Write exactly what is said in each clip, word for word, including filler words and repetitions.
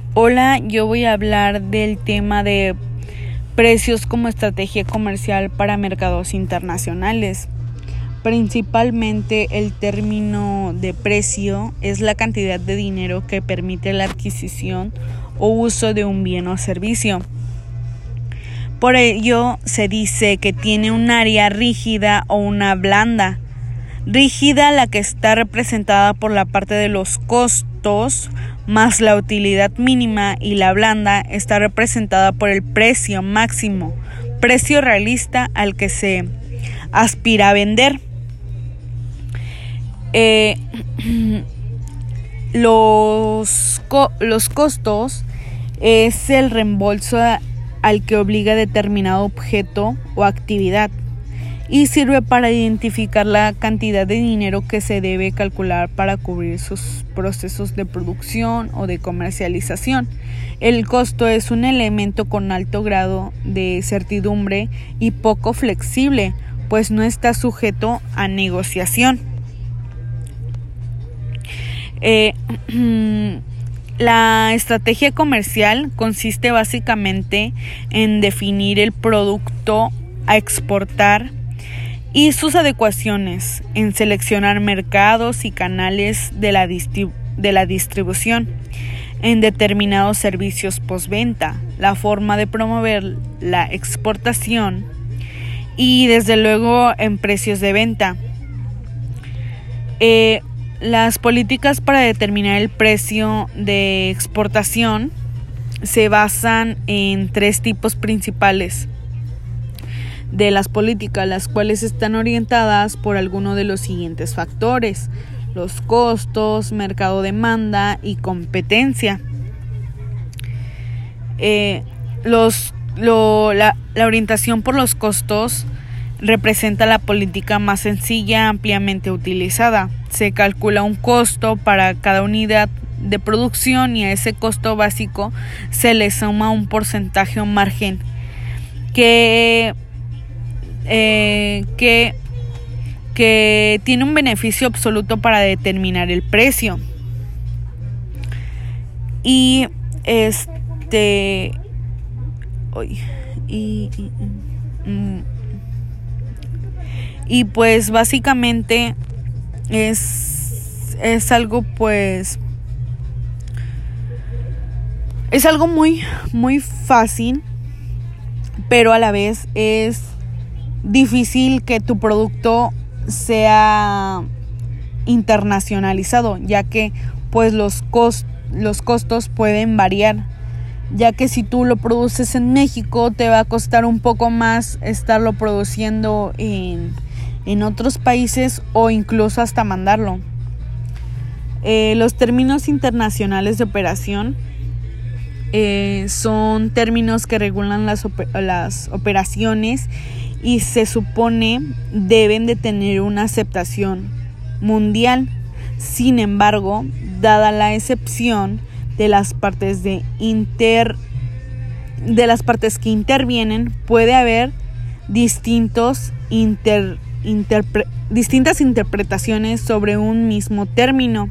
Hola, yo voy a hablar del tema de precios como estrategia comercial para mercados internacionales. Principalmente el término de precio es la cantidad de dinero que permite la adquisición o uso de un bien o servicio. Por ello se dice que tiene un área rígida o una blanda. Rígida, la que está representada por la parte de los costos más la utilidad mínima, y la blanda está representada por el precio máximo, precio realista al que se aspira a vender. Eh, los, co- los costos es el reembolso a, al que obliga determinado objeto o actividad, y sirve para identificar la cantidad de dinero que se debe calcular para cubrir sus procesos de producción o de comercialización. El costo es un elemento con alto grado de certidumbre y poco flexible, pues no está sujeto a negociación. Eh, la estrategia comercial consiste básicamente en definir el producto a exportar y sus adecuaciones, en seleccionar mercados y canales de la, distribu- de la distribución, en determinados servicios postventa, la forma de promover la exportación y desde luego en precios de venta. Eh, las políticas para determinar el precio de exportación se basan en tres tipos principales de las políticas, las cuales están orientadas por alguno de los siguientes factores: los costos, mercado demanda y competencia. Eh, los, lo, la, la orientación por los costos representa la política más sencilla, ampliamente utilizada. Se calcula un costo para cada unidad de producción y a ese costo básico se le suma un porcentaje o margen que Eh, que, que tiene un beneficio absoluto para determinar el precio. Y este uy, y, y, y, y pues básicamente es es algo pues es algo muy muy fácil, pero a la vez es difícil que tu producto sea internacionalizado, ya que pues los cost, los costos pueden variar, ya que si tú lo produces en México te va a costar un poco más estarlo produciendo en, en otros países o incluso hasta mandarlo. Eh, los términos internacionales de operación eh, son términos que regulan las, oper- las operaciones y se supone deben de tener una aceptación mundial. Sin embargo, dada la excepción de las partes de inter de las partes que intervienen, puede haber distintos inter, interpre, distintas interpretaciones sobre un mismo término,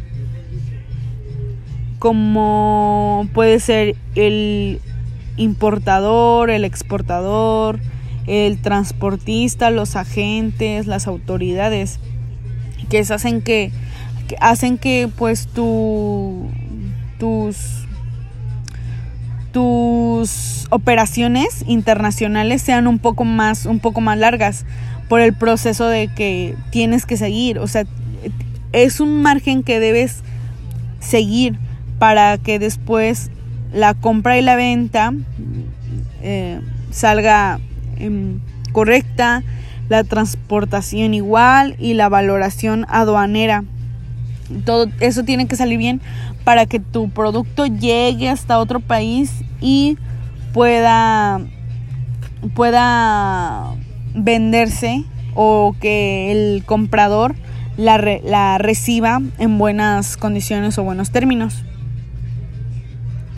como puede ser el importador, el exportador, el transportista, los agentes, las autoridades, que hacen que, que hacen que pues tu, tus tus operaciones internacionales sean un poco más un poco más largas por el proceso de que tienes que seguir. O sea, es un margen que debes seguir para que después la compra y la venta eh, salga correcta, la transportación igual y la valoración aduanera. Todo eso tiene que salir bien para que tu producto llegue hasta otro país y pueda pueda venderse, o que el comprador la, re, la reciba en buenas condiciones o buenos términos.